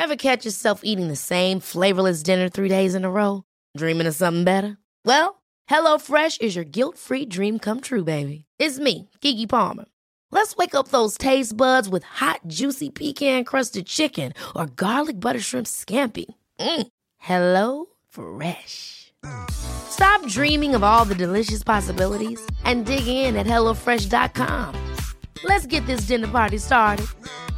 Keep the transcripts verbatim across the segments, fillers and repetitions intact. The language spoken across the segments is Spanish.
Ever catch yourself eating the same flavorless dinner three days in a row? Dreaming of something better? Well, HelloFresh is your guilt-free dream come true, baby. It's me, Keke Palmer. Let's wake up those taste buds with hot, juicy pecan-crusted chicken or garlic butter shrimp scampi. Mm. Hello Fresh. Stop dreaming of all the delicious possibilities and dig in at hello fresh dot com. Let's get this dinner party started.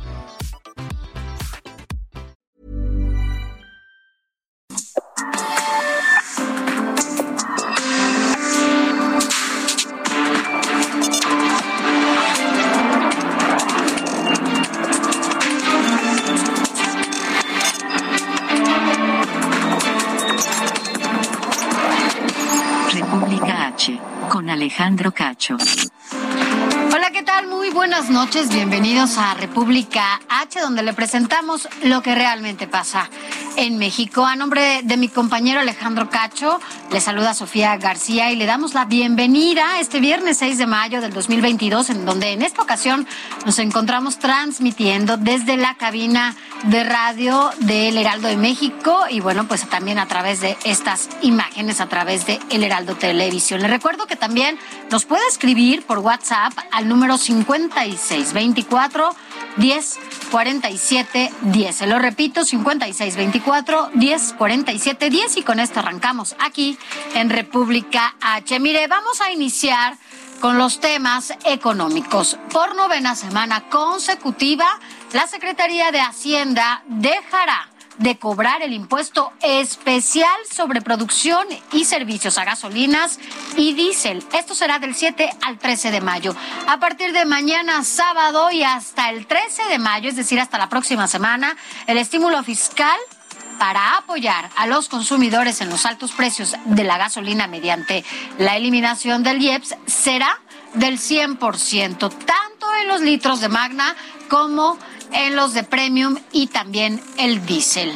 República H, con Alejandro Cacho. Hola, ¿qué tal? Muy buenas noches, bienvenidos a República H, donde le presentamos lo que realmente pasa en México. A nombre de mi compañero Alejandro Cacho, le saluda Sofía García y le damos la bienvenida este viernes seis de mayo del dos mil veintidós, en donde en esta ocasión nos encontramos transmitiendo desde la cabina de radio del Heraldo de México y bueno, pues también a través de estas imágenes, a través de El Heraldo Televisión. Le recuerdo que también nos puede escribir por WhatsApp al número cincuenta y seis veinticuatro diez cuarenta y siete diez. Se lo repito, cincuenta y seis veinticuatro diez cuarenta y siete diez, y con esto arrancamos aquí en República H. Mire, vamos a iniciar con los temas económicos. Por novena semana consecutiva, la Secretaría de Hacienda dejará de cobrar el impuesto especial sobre producción y servicios a gasolinas y diésel. Esto será del siete al trece de mayo. A partir de mañana sábado y hasta el trece de mayo, es decir, hasta la próxima semana, el estímulo fiscal para apoyar a los consumidores en los altos precios de la gasolina mediante la eliminación del I E P S será del cien por ciento, tanto en los litros de Magna como en los de Premium y también el diésel.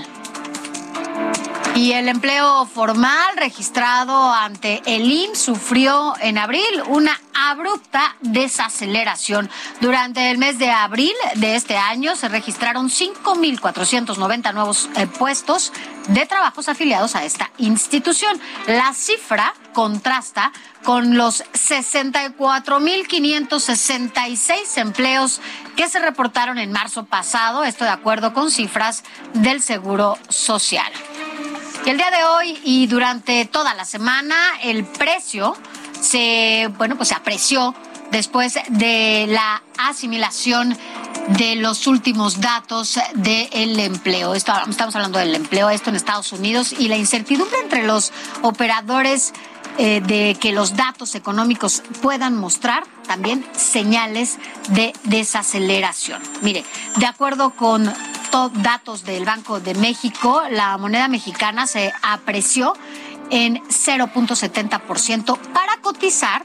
Y el empleo formal registrado ante el I M S S sufrió en abril una abrupta desaceleración. Durante el mes de abril de este año se registraron cinco mil cuatrocientos noventa nuevos eh, puestos de trabajos afiliados a esta institución. La cifra contrasta con los sesenta y cuatro mil quinientos sesenta y seis empleos que se reportaron en marzo pasado, esto de acuerdo con cifras del Seguro Social. Y el día de hoy y durante toda la semana el precio se, bueno, pues se apreció después de la asimilación de los últimos datos del empleo. Esto, estamos hablando del empleo, esto en Estados Unidos, y la incertidumbre entre los operadores eh, de que los datos económicos puedan mostrar también señales de desaceleración. Mire, de acuerdo con datos del Banco de México, la moneda mexicana se apreció en cero punto setenta por ciento para cotizar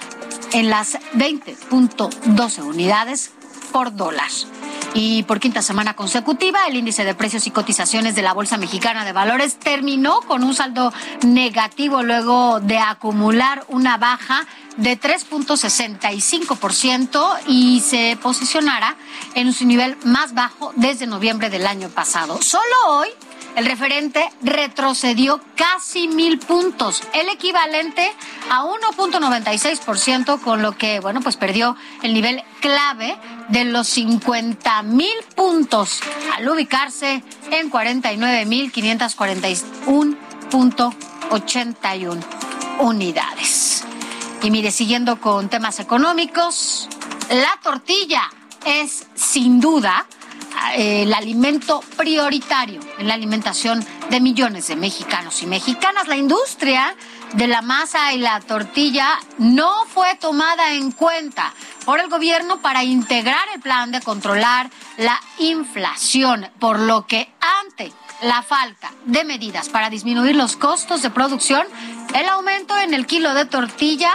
en las veinte punto doce unidades por dólar. Y por quinta semana consecutiva, el índice de precios y cotizaciones de la Bolsa Mexicana de Valores terminó con un saldo negativo luego de acumular una baja de tres punto sesenta y cinco por ciento y se posicionará en su nivel más bajo desde noviembre del año pasado. Solo hoy el referente retrocedió casi mil puntos, el equivalente a uno punto noventa y seis por ciento, con lo que, bueno, pues perdió el nivel clave de los cincuenta mil puntos al ubicarse en cuarenta y nueve mil quinientos cuarenta y uno punto ochenta y uno unidades. Y mire, siguiendo con temas económicos, la tortilla es sin duda el alimento prioritario en la alimentación de millones de mexicanos y mexicanas. La industria de la masa y la tortilla no fue tomada en cuenta por el gobierno para integrar el plan de controlar la inflación, por lo que ante la falta de medidas para disminuir los costos de producción, el aumento en el kilo de tortilla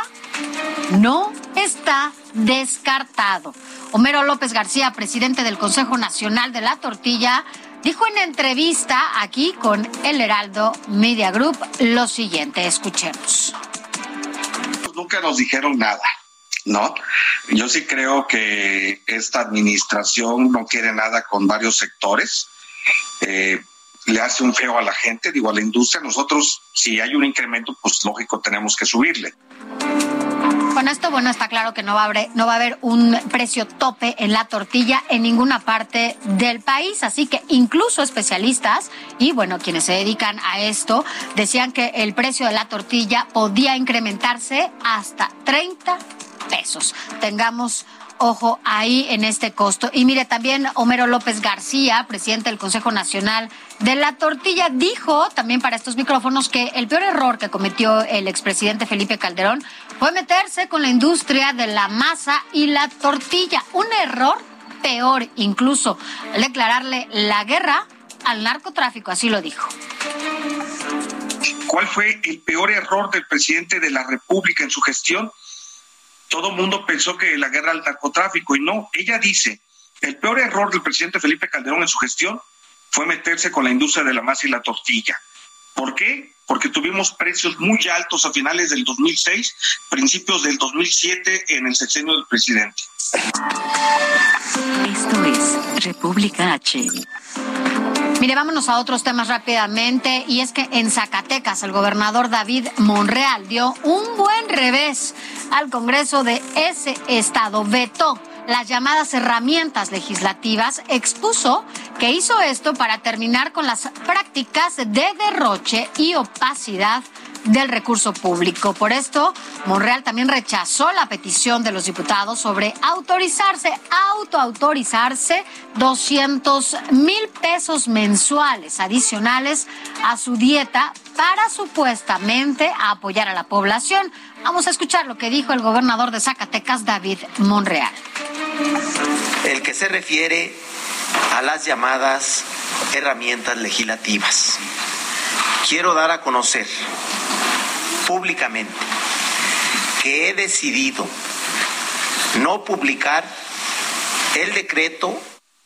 no está descartado. Homero López García, presidente del Consejo Nacional de la Tortilla, dijo en entrevista aquí con el Heraldo Media Group lo siguiente. Escuchemos. Nunca nos dijeron nada, ¿no? Yo sí creo que esta administración no quiere nada con varios sectores. eh, le hace un feo a la gente, digo, a la industria. Nosotros, si hay un incremento, pues lógico, tenemos que subirle. Con esto, bueno, está claro que no va a haber, no va a haber un precio tope en la tortilla en ninguna parte del país, así que incluso especialistas y, bueno, quienes se dedican a esto, decían que el precio de la tortilla podía incrementarse hasta treinta pesos. Tengamos ojo ahí en este costo. Y mire, también Homero López García, presidente del Consejo Nacional de la Tortilla, dijo también para estos micrófonos que el peor error que cometió el expresidente Felipe Calderón fue meterse con la industria de la masa y la tortilla. Un error peor, incluso al declararle la guerra al narcotráfico, así lo dijo. ¿Cuál fue el peor error del presidente de la República en su gestión? Todo el mundo pensó que la guerra al narcotráfico, y no. Ella dice, el peor error del presidente Felipe Calderón en su gestión fue meterse con la industria de la masa y la tortilla. ¿Por qué? Porque tuvimos precios muy altos a finales del dos mil seis, principios del dos mil siete, en el sexenio del presidente. Esto es República H. Mire, vámonos a otros temas rápidamente, y es que en Zacatecas el gobernador David Monreal dio un buen revés al Congreso de ese estado, vetó las llamadas herramientas legislativas, expuso que hizo esto para terminar con las prácticas de derroche y opacidad del recurso público. Por esto, Monreal también rechazó la petición de los diputados sobre autorizarse, autoautorizarse doscientos mil pesos mensuales adicionales a su dieta para supuestamente apoyar a la población. Vamos a escuchar lo que dijo el gobernador de Zacatecas, David Monreal. El que se refiere a las llamadas herramientas legislativas. Quiero dar a conocer públicamente que he decidido no publicar el decreto.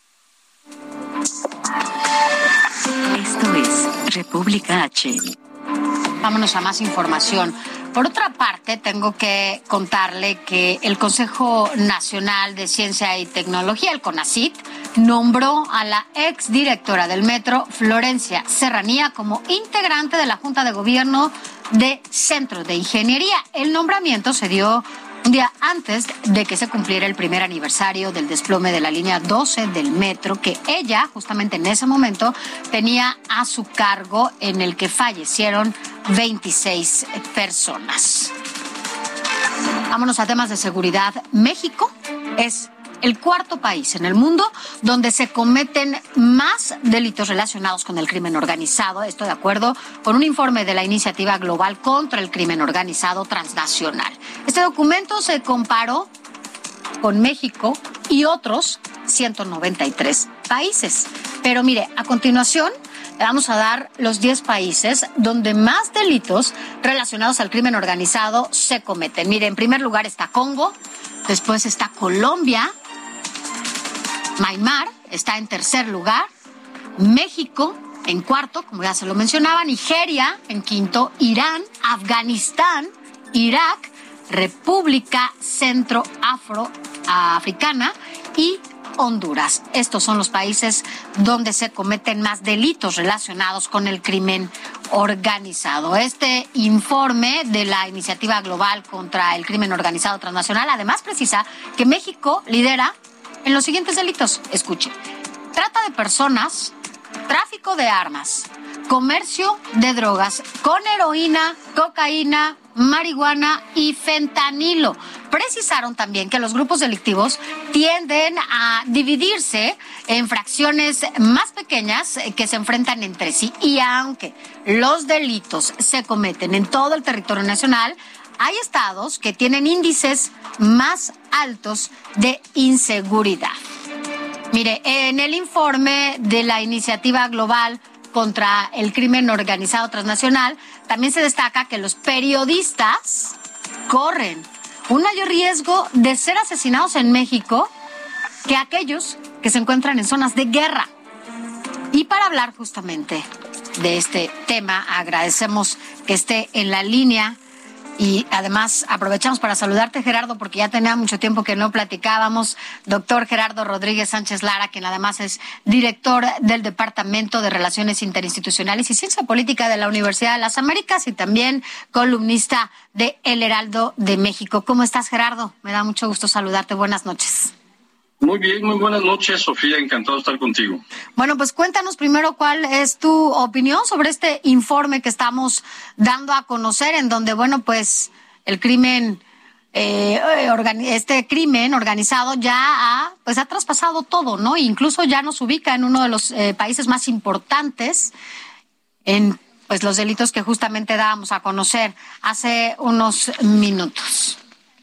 Esto es República H. Vámonos a más información. Por otra parte, tengo que contarle que el Consejo Nacional de Ciencia y Tecnología, el CONACYT, nombró a la exdirectora del Metro, Florencia Serranía, como integrante de la Junta de Gobierno de Centro de Ingeniería. El nombramiento se dio un día antes de que se cumpliera el primer aniversario del desplome de la línea doce del metro, que ella, justamente en ese momento, tenía a su cargo, en el que fallecieron veintiséis personas. Vámonos a temas de seguridad. México es el cuarto país en el mundo donde se cometen más delitos relacionados con el crimen organizado. Esto de acuerdo con un informe de la Iniciativa Global contra el Crimen Organizado Transnacional. Este documento se comparó con México y otros ciento noventa y tres países. Pero mire, a continuación le vamos a dar los diez países donde más delitos relacionados al crimen organizado se cometen. Mire, en primer lugar está Congo, después está Colombia, Myanmar está en tercer lugar, México en cuarto, como ya se lo mencionaba, Nigeria en quinto, Irán, Afganistán, Irak, República Centroafricana y Honduras. Estos son los países donde se cometen más delitos relacionados con el crimen organizado. Este informe de la Iniciativa Global contra el Crimen Organizado Transnacional además precisa que México lidera en los siguientes delitos. Escuche: trata de personas, tráfico de armas, comercio de drogas con heroína, cocaína, marihuana y fentanilo. Precisaron también que los grupos delictivos tienden a dividirse en fracciones más pequeñas que se enfrentan entre sí, y aunque los delitos se cometen en todo el territorio nacional, hay estados que tienen índices más altos de inseguridad. Mire, en el informe de la Iniciativa Global contra el Crimen Organizado Transnacional también se destaca que los periodistas corren un mayor riesgo de ser asesinados en México que aquellos que se encuentran en zonas de guerra. Y para hablar justamente de este tema, agradecemos que esté en la línea Y además aprovechamos para saludarte, Gerardo, porque ya tenía mucho tiempo que no platicábamos. Doctor Gerardo Rodríguez Sánchez Lara, quien además es director del Departamento de Relaciones Interinstitucionales y Ciencia Política de la Universidad de las Américas y también columnista de El Heraldo de México. ¿Cómo estás, Gerardo? Me da mucho gusto saludarte. Buenas noches. Muy bien, muy buenas noches, Sofía. Encantado de estar contigo. Bueno, pues cuéntanos primero cuál es tu opinión sobre este informe que estamos dando a conocer, en donde, bueno, pues el crimen, eh, este crimen organizado ya ha, pues ha traspasado todo, ¿no? Incluso ya nos ubica en uno de los eh, países más importantes en, pues, los delitos que justamente dábamos a conocer hace unos minutos.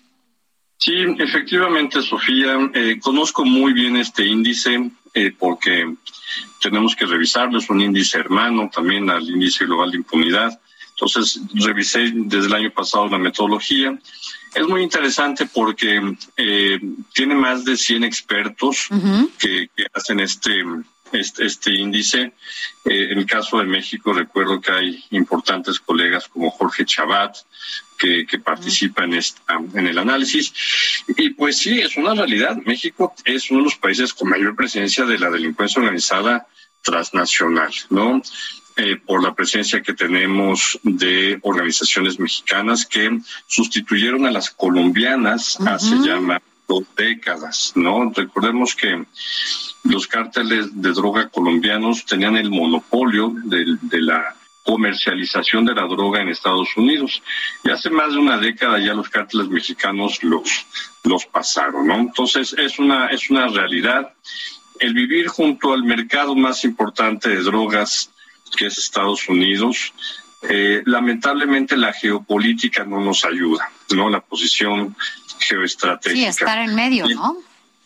Sí, efectivamente, Sofía, eh, conozco muy bien este índice eh, porque tenemos que revisarlo, es un índice hermano también al índice global de impunidad. Entonces, revisé desde el año pasado la metodología. Es muy interesante porque eh, tiene más de cien expertos uh-huh. que, que hacen este, este, este índice. Eh, en el caso de México, recuerdo que hay importantes colegas como Jorge Chabat, que, que participa en, esta, en el análisis. Y pues sí, es una realidad. México es uno de los países con mayor presencia de la delincuencia organizada transnacional, ¿no? Eh, por la presencia que tenemos de organizaciones mexicanas que sustituyeron a las colombianas uh-huh. hace ya más de dos décadas, ¿no? Recordemos que los cárteles de droga colombianos tenían el monopolio de, de la comercialización de la droga en Estados Unidos. Y hace más de una década ya los cárteles mexicanos los, los pasaron, ¿no? Entonces es una, es una realidad. El vivir junto al mercado más importante de drogas, que es Estados Unidos, eh, lamentablemente la geopolítica no nos ayuda, ¿no? La posición geoestratégica. Sí, estar en medio, ¿no?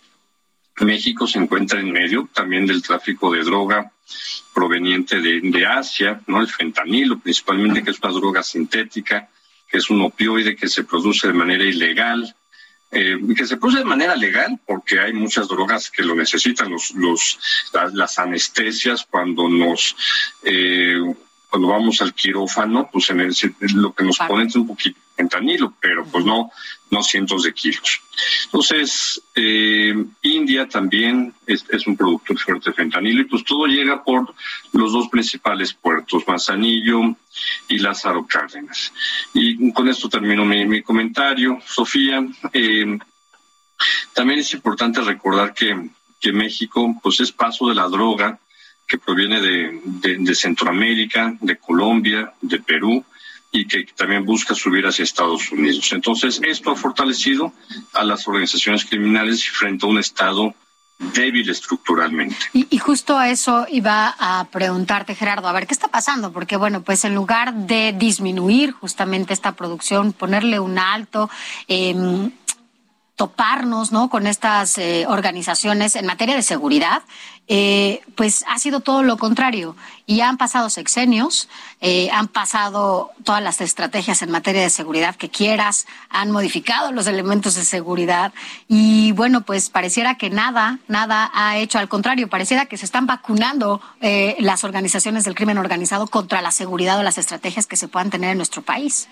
México se encuentra en medio también del tráfico de droga proveniente de, de Asia, ¿no? El fentanilo, principalmente, que es una droga sintética, que es un opioide que se produce de manera ilegal, eh, que se produce de manera legal porque hay muchas drogas que lo necesitan, los, los, las, las anestesias cuando nos... Eh, cuando vamos al quirófano, pues en el, lo que nos ponen es un poquito de fentanilo, pero pues no, no cientos de kilos. Entonces, eh, India también es, es un productor fuerte de fentanilo y pues todo llega por los dos principales puertos, Manzanillo y Lázaro Cárdenas. Y con esto termino mi, mi comentario. Sofía, eh, también es importante recordar que, que México pues es paso de la droga que proviene de, de, de Centroamérica, de Colombia, de Perú, y que también busca subir hacia Estados Unidos. Entonces, esto ha fortalecido a las organizaciones criminales frente a un Estado débil estructuralmente. Y, y justo a eso iba a preguntarte, Gerardo, a ver, ¿qué está pasando? Porque, bueno, pues en lugar de disminuir justamente esta producción, ponerle un alto, eh, toparnos, ¿no?, con estas eh, organizaciones en materia de seguridad, eh, pues ha sido todo lo contrario. Y han pasado sexenios, eh, han pasado todas las estrategias en materia de seguridad que quieras, han modificado los elementos de seguridad y, bueno, pues pareciera que nada, nada ha hecho. Al contrario, pareciera que se están vacunando eh, las organizaciones del crimen organizado contra la seguridad o las estrategias que se puedan tener en nuestro país.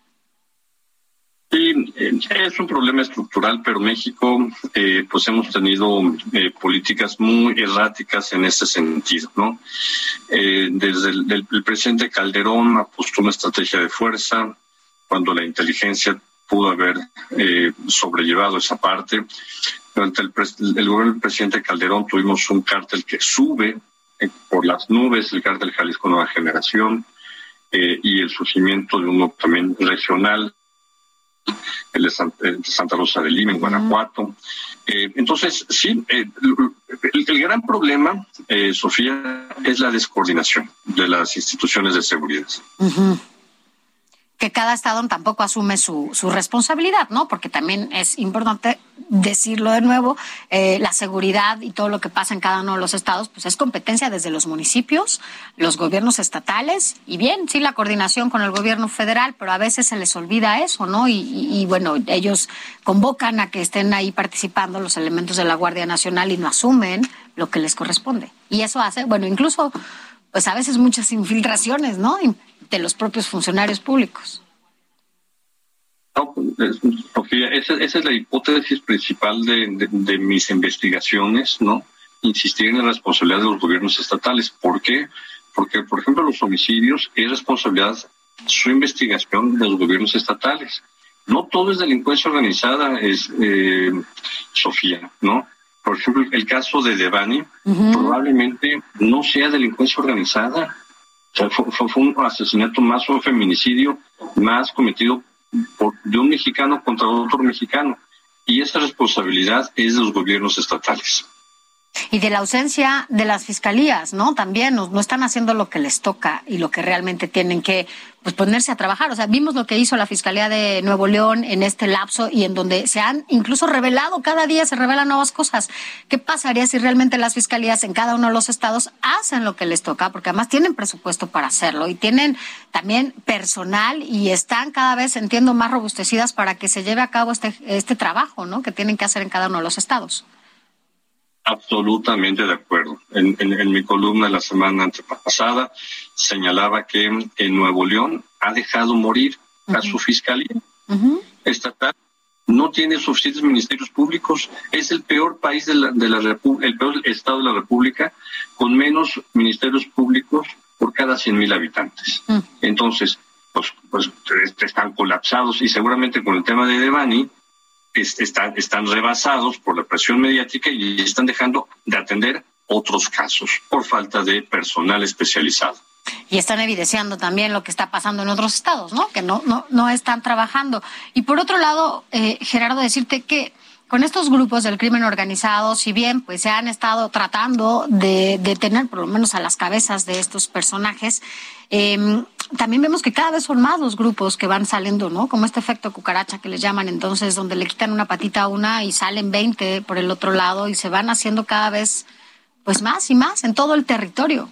Sí, es un problema estructural, pero México, eh, pues hemos tenido eh, políticas muy erráticas en ese sentido, ¿no? Eh, desde el, el, el presidente Calderón apostó una estrategia de fuerza, cuando la inteligencia pudo haber eh, sobrellevado esa parte. Durante el, el gobierno del presidente Calderón tuvimos un cártel que sube eh, por las nubes, el cártel Jalisco Nueva Generación, eh, y el surgimiento de uno también regional, el de Santa Rosa de Lima, en Guanajuato. Eh, entonces, sí, eh, el, el gran problema, eh, Sofía, es la descoordinación de las instituciones de seguridad. Uh-huh. Que cada estado tampoco asume su, su responsabilidad, ¿no? Porque también es importante decirlo de nuevo, eh, la seguridad y todo lo que pasa en cada uno de los estados, pues es competencia desde los municipios, los gobiernos estatales, y bien, sí, la coordinación con el gobierno federal, pero a veces se les olvida eso, ¿no? Y, y, y bueno, ellos convocan a que estén ahí participando los elementos de la Guardia Nacional y no asumen lo que les corresponde. Y eso hace, bueno, incluso, pues a veces muchas infiltraciones, ¿no?, de los propios funcionarios públicos. No, Sofía, esa, esa es la hipótesis principal de, de, de mis investigaciones, ¿no? Insistir en la responsabilidad de los gobiernos estatales. ¿Por qué? Porque, por ejemplo, los homicidios es responsabilidad, su investigación, de los gobiernos estatales. No todo es delincuencia organizada, es eh, Sofía, ¿no? Por ejemplo, el caso de Devani uh-huh. probablemente no sea delincuencia organizada. O sea, fue, fue un asesinato más, un feminicidio más cometido por, de un mexicano contra otro mexicano. Y esa responsabilidad es de los gobiernos estatales. Y de la ausencia de las fiscalías, ¿no? También no, no están haciendo lo que les toca y lo que realmente tienen que pues ponerse a trabajar. O sea, vimos lo que hizo la Fiscalía de Nuevo León en este lapso y en donde se han incluso revelado, cada día se revelan nuevas cosas. ¿Qué pasaría si realmente las fiscalías en cada uno de los estados hacen lo que les toca? Porque además tienen presupuesto para hacerlo y tienen también personal y están cada vez, entiendo, más robustecidas para que se lleve a cabo este, este trabajo, ¿no? Que tienen que hacer en cada uno de los estados. Absolutamente de acuerdo. En, en, en mi columna la semana antepasada señalaba que en Nuevo León ha dejado morir uh-huh. a su fiscalía uh-huh. estatal. No tiene suficientes ministerios públicos. Es el peor país de la, de la Repu- el peor estado de la República con menos ministerios públicos por cada cien mil habitantes. Uh-huh. Entonces, pues, pues están colapsados y seguramente con el tema de Devani Están, están rebasados por la presión mediática y están dejando de atender otros casos por falta de personal especializado. Y están evidenciando también lo que está pasando en otros estados, ¿no? Que no, no, no están trabajando. Y por otro lado, eh, Gerardo, decirte que con estos grupos del crimen organizado, si bien pues se han estado tratando de, de tener por lo menos a las cabezas de estos personajes, eh, también vemos que cada vez son más los grupos que van saliendo, ¿no? Como este efecto cucaracha que les llaman entonces, donde le quitan una patita a una y salen veinte por el otro lado y se van haciendo cada vez pues más y más en todo el territorio.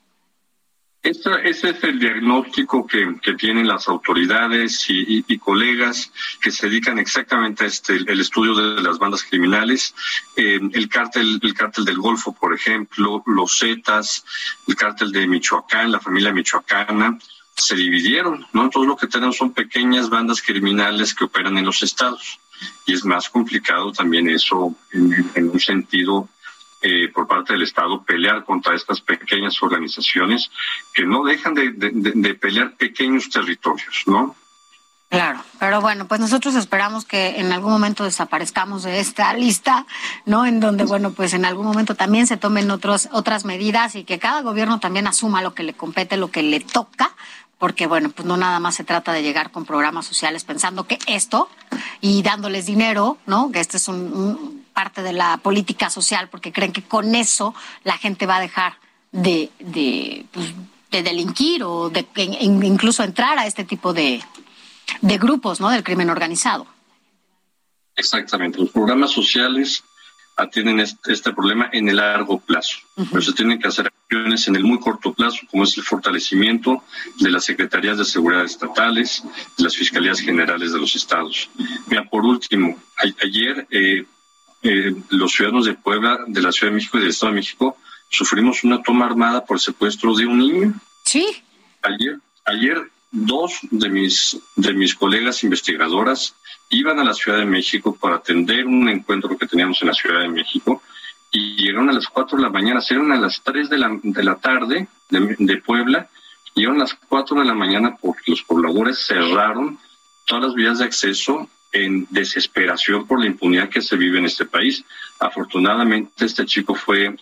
Ese, ese es el diagnóstico que, que tienen las autoridades y, y, y colegas que se dedican exactamente a este, el estudio de las bandas criminales. Eh, el cártel, el cártel del Golfo, por ejemplo, los Zetas, el cártel de Michoacán, la familia michoacana, se dividieron, ¿no? Todo lo que tenemos son pequeñas bandas criminales que operan en los estados. Y es más complicado también eso en, en un sentido Eh, por parte del Estado, pelear contra estas pequeñas organizaciones que no dejan de, de, de pelear pequeños territorios, ¿no? Claro, pero bueno, pues nosotros esperamos que en algún momento desaparezcamos de esta lista, ¿no? En donde, bueno, pues en algún momento también se tomen otros, otras medidas y que cada gobierno también asuma lo que le compete, lo que le toca, porque, bueno, pues no nada más se trata de llegar con programas sociales pensando que esto y dándoles dinero, ¿no? Que este es un, un parte de la política social, porque creen que con eso la gente va a dejar de, de, pues, de delinquir o de in, incluso entrar a este tipo de, de grupos, ¿no? Del crimen organizado. Exactamente. Los programas sociales atienden este, este problema en el largo plazo. Uh-huh. Pero se tienen que hacer acciones en el muy corto plazo, como es el fortalecimiento de las secretarías de seguridad estatales, de las fiscalías generales de los estados. Mira, por último, a- ayer eh, eh, los ciudadanos de Puebla, de la Ciudad de México y del Estado de México sufrimos una toma armada por secuestro de un niño. Sí. Ayer, ayer dos de mis de mis colegas investigadoras iban a la Ciudad de México para atender un encuentro que teníamos en la Ciudad de México y llegaron a las cuatro de la mañana, salieron a las tres de la, de la tarde de, de Puebla, llegaron a las cuatro de la mañana porque los pobladores cerraron todas las vías de acceso en desesperación por la impunidad que se vive en este país. Afortunadamente este chico fue,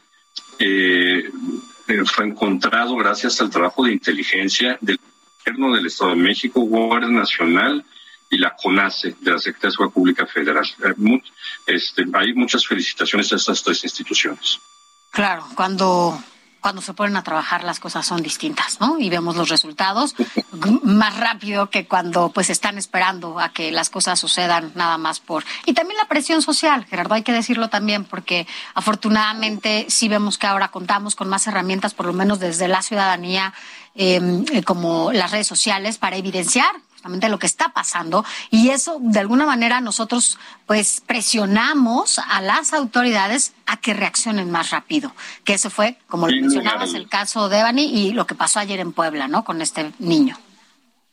eh, fue encontrado gracias al trabajo de inteligencia del gobierno del Estado de México, Guardia Nacional y la CONACE, de la Secretaría de Seguridad Pública Federal. Este, hay muchas felicitaciones a estas tres instituciones. Claro, cuando, cuando se ponen a trabajar las cosas son distintas, ¿no? Y vemos los resultados más rápido que cuando pues están esperando a que las cosas sucedan nada más por... Y también la presión social, Gerardo, hay que decirlo también, porque afortunadamente sí vemos que ahora contamos con más herramientas, por lo menos desde la ciudadanía, eh, como las redes sociales, para evidenciar justamente lo que está pasando, y eso de alguna manera nosotros pues presionamos a las autoridades a que reaccionen más rápido, que eso fue, como lo mencionabas, el caso de Devani y lo que pasó ayer en Puebla, ¿no? Con este niño.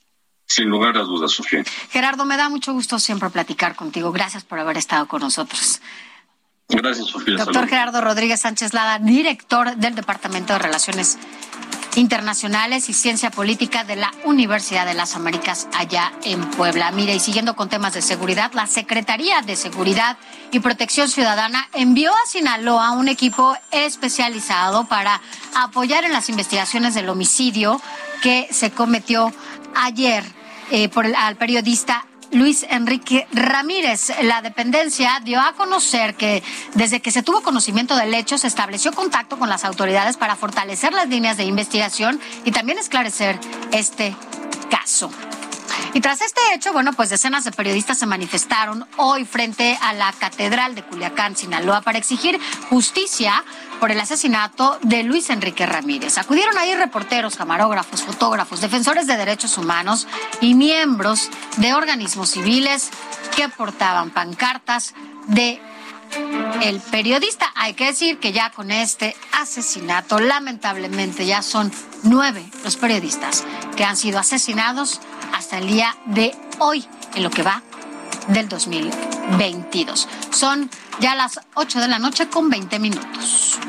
Sin lugar a dudas, Sofía. Gerardo, me da mucho gusto siempre platicar contigo. Gracias por haber estado con nosotros. Gracias, Sofía. Doctor Salud. Gerardo Rodríguez Sánchez Lada, director del Departamento de Relaciones Internacionales y Ciencia Política de la Universidad de las Américas allá en Puebla. Mire, y siguiendo con temas de seguridad, la Secretaría de Seguridad y Protección Ciudadana envió a Sinaloa un equipo especializado para apoyar en las investigaciones del homicidio que se cometió ayer eh, por el, al periodista Luis Enrique Ramírez. La dependencia dio a conocer que desde que se tuvo conocimiento del hecho se estableció contacto con las autoridades para fortalecer las líneas de investigación y también esclarecer este caso. Y tras este hecho, bueno, pues decenas de periodistas se manifestaron hoy frente a la Catedral de Culiacán, Sinaloa, para exigir justicia por el asesinato de Luis Enrique Ramírez. Acudieron ahí reporteros, camarógrafos, fotógrafos, defensores de derechos humanos y miembros de organismos civiles que portaban pancartas de el periodista. Hay que decir que ya con este asesinato, lamentablemente, ya son nueve los periodistas que han sido asesinados hasta el día de hoy, en lo que va del dos mil veintidós. Son ya las ocho de la noche con veinte minutos.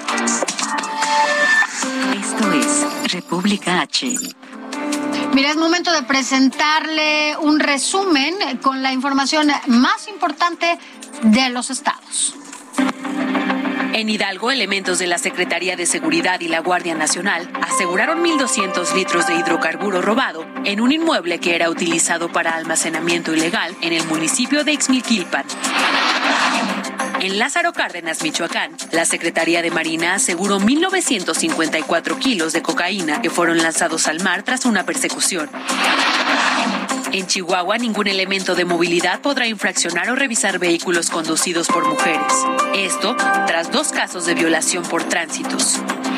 Esto es República H. Mira, es momento de presentarle un resumen con la información más importante de los estados. En Hidalgo, elementos de la Secretaría de Seguridad y la Guardia Nacional aseguraron mil doscientos litros de hidrocarburo robado en un inmueble que era utilizado para almacenamiento ilegal en el municipio de Ixmiquilpan. En Lázaro Cárdenas, Michoacán, la Secretaría de Marina aseguró mil novecientos cincuenta y cuatro kilos de cocaína que fueron lanzados al mar tras una persecución. En Chihuahua, ningún elemento de movilidad podrá infraccionar o revisar vehículos conducidos por mujeres. Esto tras dos casos de violación por tránsitos.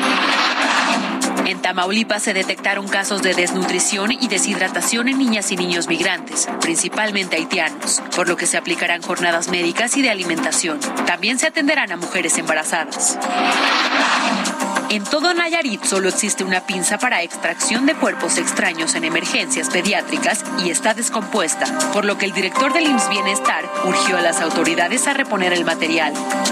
En Tamaulipas se detectaron casos de desnutrición y deshidratación en niñas y niños migrantes, principalmente haitianos, por lo que se aplicarán jornadas médicas y de alimentación. También se atenderán a mujeres embarazadas. En todo Nayarit solo existe una pinza para extracción de cuerpos extraños en emergencias pediátricas y está descompuesta, por lo que el director del I M S S Bienestar urgió a las autoridades a reponer el material.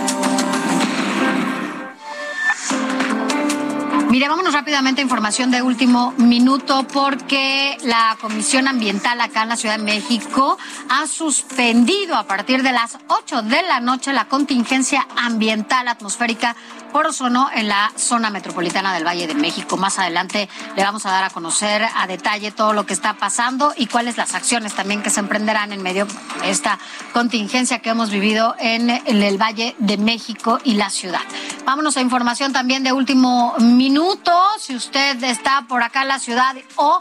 Mire, vámonos rápidamente a información de último minuto porque la Comisión Ambiental acá en la Ciudad de México ha suspendido a partir de las ocho de la noche la contingencia ambiental atmosférica por ozono en la zona metropolitana del Valle de México. Más adelante le vamos a dar a conocer a detalle todo lo que está pasando y cuáles las acciones también que se emprenderán en medio de esta contingencia que hemos vivido en el Valle de México y la ciudad. Vámonos a información también de último minuto. Si usted está por acá en la ciudad o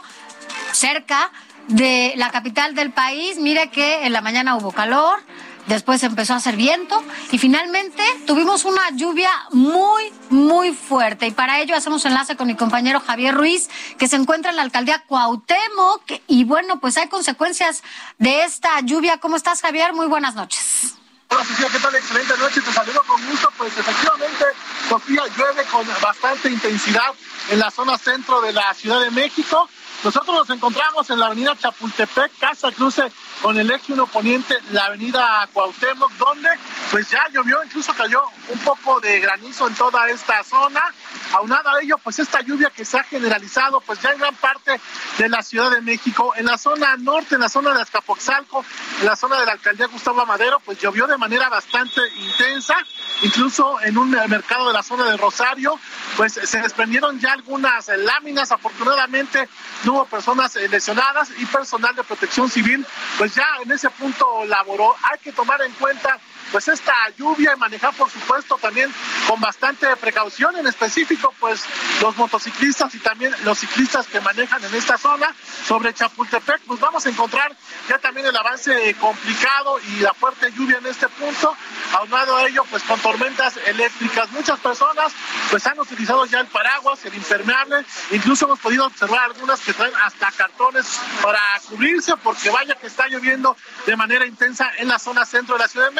cerca de la capital del país, mire que en la mañana hubo calor. Después empezó a hacer viento y finalmente tuvimos una lluvia muy, muy fuerte. Y para ello hacemos enlace con mi compañero Javier Ruiz, que se encuentra en la alcaldía Cuauhtémoc. Y bueno, pues hay consecuencias de esta lluvia. ¿Cómo estás, Javier? Muy buenas noches. Hola, Sofía, ¿qué tal? Excelente noche, te saludo con gusto. Pues efectivamente, Sofía, llueve con bastante intensidad en la zona centro de la Ciudad de México. Nosotros nos encontramos en la avenida Chapultepec, casa cruce con el eje uno poniente, la avenida Cuauhtémoc, donde pues ya llovió, incluso cayó un poco de granizo en toda esta zona. Aunado a ello, pues esta lluvia que se ha generalizado pues ya en gran parte de la Ciudad de México, en la zona norte, en la zona de Azcapotzalco, en la zona de la alcaldía Gustavo Amadero, pues llovió de manera bastante intensa, incluso en un mercado de la zona de Rosario, pues se desprendieron ya algunas láminas. Afortunadamente no hubo personas lesionadas y personal de protección civil pues ya en ese punto laboró. Hay que tomar en cuenta pues esta lluvia y manejar por supuesto también con bastante precaución, en específico pues los motociclistas y también los ciclistas que manejan en esta zona. Sobre Chapultepec pues vamos a encontrar ya también el avance complicado y la fuerte lluvia en este punto, aunado a ello pues con tormentas eléctricas. Muchas personas pues han utilizado ya el paraguas, el impermeable, incluso hemos podido observar algunas que traen hasta cartones para cubrirse porque vaya que está lloviendo de manera intensa en la zona centro de la Ciudad de México.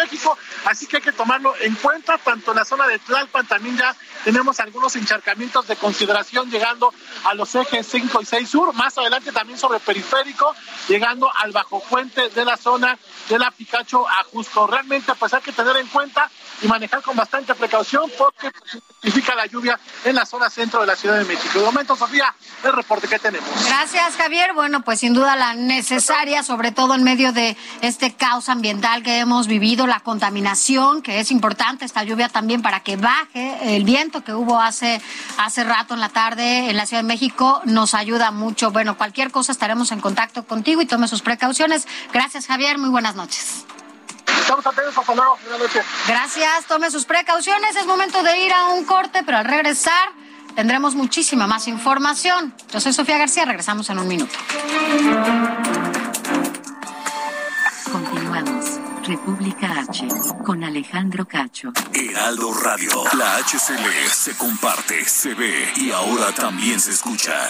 así que hay que tomarlo en cuenta. Tanto en la zona de Tlalpan también ya tenemos algunos encharcamientos de consideración llegando a los ejes cinco y seis sur, más adelante también sobre Periférico, llegando al bajo puente de la zona de la Picacho a Jusco. Realmente pues hay que tener en cuenta y manejar con bastante precaución porque pues, significa la lluvia en la zona centro de la Ciudad de México. De momento, Sofía, el reporte que tenemos. Gracias, Javier. Bueno, pues sin duda la necesaria, sobre todo en medio de este caos ambiental que hemos vivido, la contaminación, que es importante, esta lluvia también para que baje el viento que hubo hace, hace rato en la tarde en la Ciudad de México, nos ayuda mucho. Bueno, cualquier cosa estaremos en contacto contigo y tome sus precauciones. Gracias, Javier. Muy buenas noches. Estamos atentos, hasta luego. Buenas noches. Gracias, tome sus precauciones. Es momento de ir a un corte, pero al regresar tendremos muchísima más información. Yo soy Sofía García, regresamos en un minuto. Continuamos. República H, con Alejandro Cacho. Heraldo Radio, la H C L se comparte, se ve y ahora también se escucha.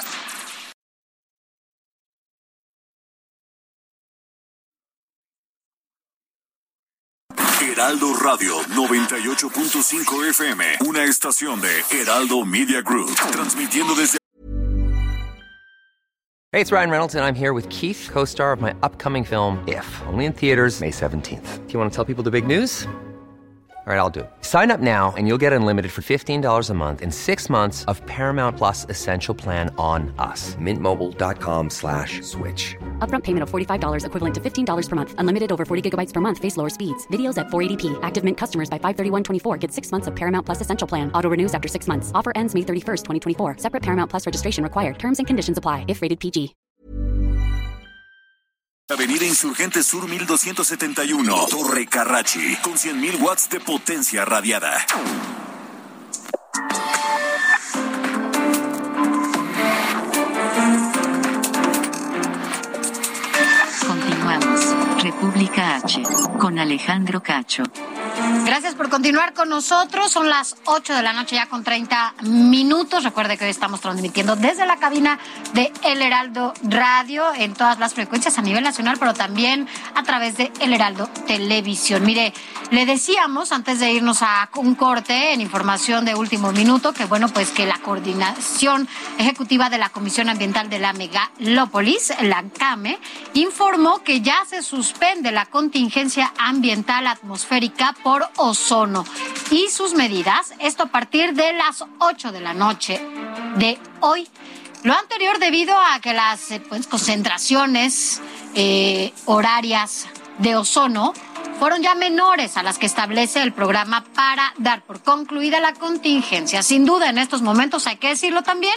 Heraldo Radio noventa y ocho punto cinco F M, una estación de Heraldo Media Group, transmitiendo desde... Hey, it's Ryan Reynolds, and I'm here with Keith, co-star of my upcoming film, If, only in theaters May seventeenth. Do you want to tell people the big news? All right, I'll do it. Sign up now and you'll get unlimited for fifteen dollars a month and six months of Paramount Plus Essential Plan on us. Mint Mobile dot com slash switch. Upfront payment of forty-five dollars equivalent to fifteen dollars per month. Unlimited over forty gigabytes per month. Face lower speeds. Videos at four eighty p. Active Mint customers by five thirty-one twenty-four get six months of Paramount Plus Essential Plan. Auto renews after six months. Offer ends May thirty-first, twenty twenty-four. Separate Paramount Plus registration required. Terms and conditions apply if rated P G. Avenida Insurgente Sur mil doscientos setenta y uno, Torre Carrachi, con cien mil watts de potencia radiada. Continuamos. República H, con Alejandro Cacho. Gracias por continuar con nosotros. Son las ocho de la noche ya con treinta minutos. Recuerde que hoy estamos transmitiendo desde la cabina de El Heraldo Radio en todas las frecuencias a nivel nacional, pero también a través de El Heraldo Televisión. Mire, le decíamos antes de irnos a un corte en información de último minuto que bueno, pues que la coordinación ejecutiva de la Comisión Ambiental de la Megalópolis, la CAME, informó que ya se suspende la contingencia ambiental atmosférica por ozono y sus medidas, esto a partir de las ocho de la noche de hoy. Lo anterior debido a que las pues, concentraciones eh, horarias de ozono fueron ya menores a las que establece el programa para dar por concluida la contingencia. Sin duda, en estos momentos, hay que decirlo también,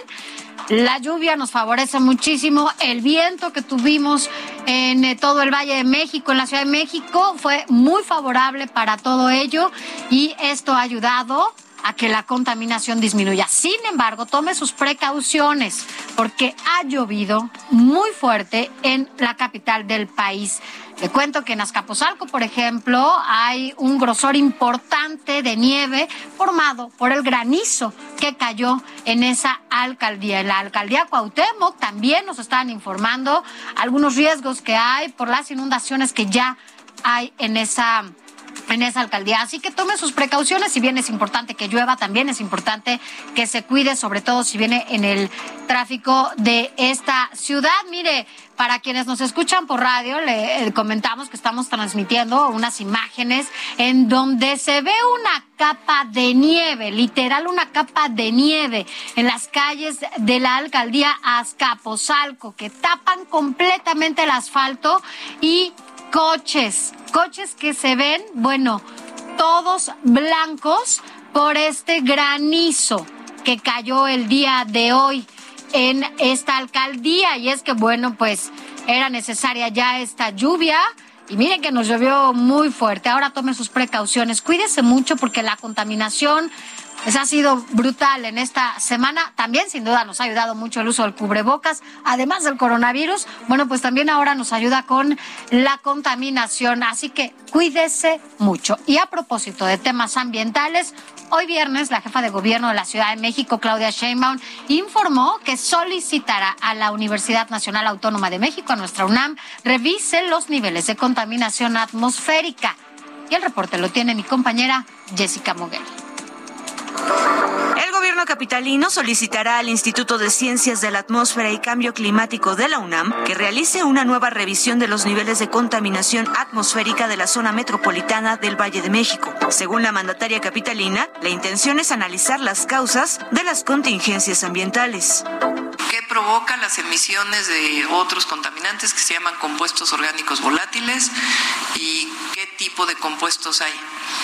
la lluvia nos favorece muchísimo. El viento que tuvimos en eh, todo el Valle de México, en la Ciudad de México, fue muy favorable para todo ello y esto ha ayudado a que la contaminación disminuya. Sin embargo, tome sus precauciones porque ha llovido muy fuerte en la capital del país. Le cuento que en Azcapotzalco, por ejemplo, hay un grosor importante de nieve formado por el granizo que cayó en esa alcaldía. En la alcaldía Cuauhtémoc también nos están informando algunos riesgos que hay por las inundaciones que ya hay en esa en esa alcaldía. Así que tome sus precauciones. Si bien es importante que llueva, también es importante que se cuide, sobre todo si viene en el tráfico de esta ciudad. Mire, para quienes nos escuchan por radio, le eh, comentamos que estamos transmitiendo unas imágenes en donde se ve una capa de nieve, literal una capa de nieve en las calles de la alcaldía Azcapotzalco, que tapan completamente el asfalto y coches, coches que se ven, bueno, todos blancos por este granizo que cayó el día de hoy en esta alcaldía. Y es que, bueno, pues era necesaria ya esta lluvia. Y miren que nos llovió muy fuerte. Ahora tome sus precauciones. Cuídese mucho porque la contaminación pues, ha sido brutal en esta semana. También, sin duda, nos ha ayudado mucho el uso del cubrebocas. Además del coronavirus, bueno, pues también ahora nos ayuda con la contaminación. Así que cuídese mucho. Y a propósito de temas ambientales, hoy viernes, la jefa de gobierno de la Ciudad de México, Claudia Sheinbaum, informó que solicitará a la Universidad Nacional Autónoma de México, a nuestra UNAM, revise los niveles de contaminación atmosférica. y el reporte lo tiene mi compañera Jessica Moguel. El gobierno capitalino solicitará al Instituto de Ciencias de la Atmósfera y Cambio Climático de la UNAM que realice una nueva revisión de los niveles de contaminación atmosférica de la zona metropolitana del Valle de México. Según la mandataria capitalina, la intención es analizar las causas de las contingencias ambientales. ¿Qué provoca las emisiones de otros contaminantes que se llaman compuestos orgánicos volátiles y qué tipo de compuestos hay?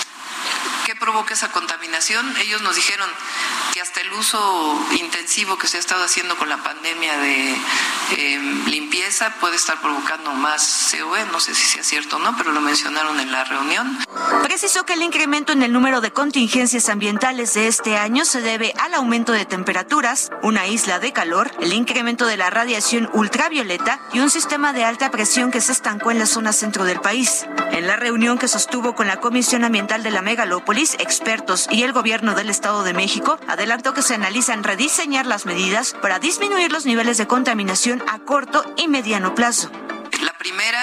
¿Qué provoca esa contaminación? Ellos nos dijeron que hasta el uso intensivo que se ha estado haciendo con la pandemia de eh, limpieza puede estar provocando más C O E, no sé si sea cierto o no, pero lo mencionaron en la reunión. Precisó que el incremento en el número de contingencias ambientales de este año se debe al aumento de temperaturas, una isla de calor, el incremento de la radiación ultravioleta y un sistema de alta presión que se estancó en la zona centro del país. En la reunión que sostuvo con la Comisión Ambiental de la Megalópolis, expertos y el gobierno del Estado de México, adelantó que se analizan rediseñar las medidas para disminuir los niveles de contaminación a corto y mediano plazo. La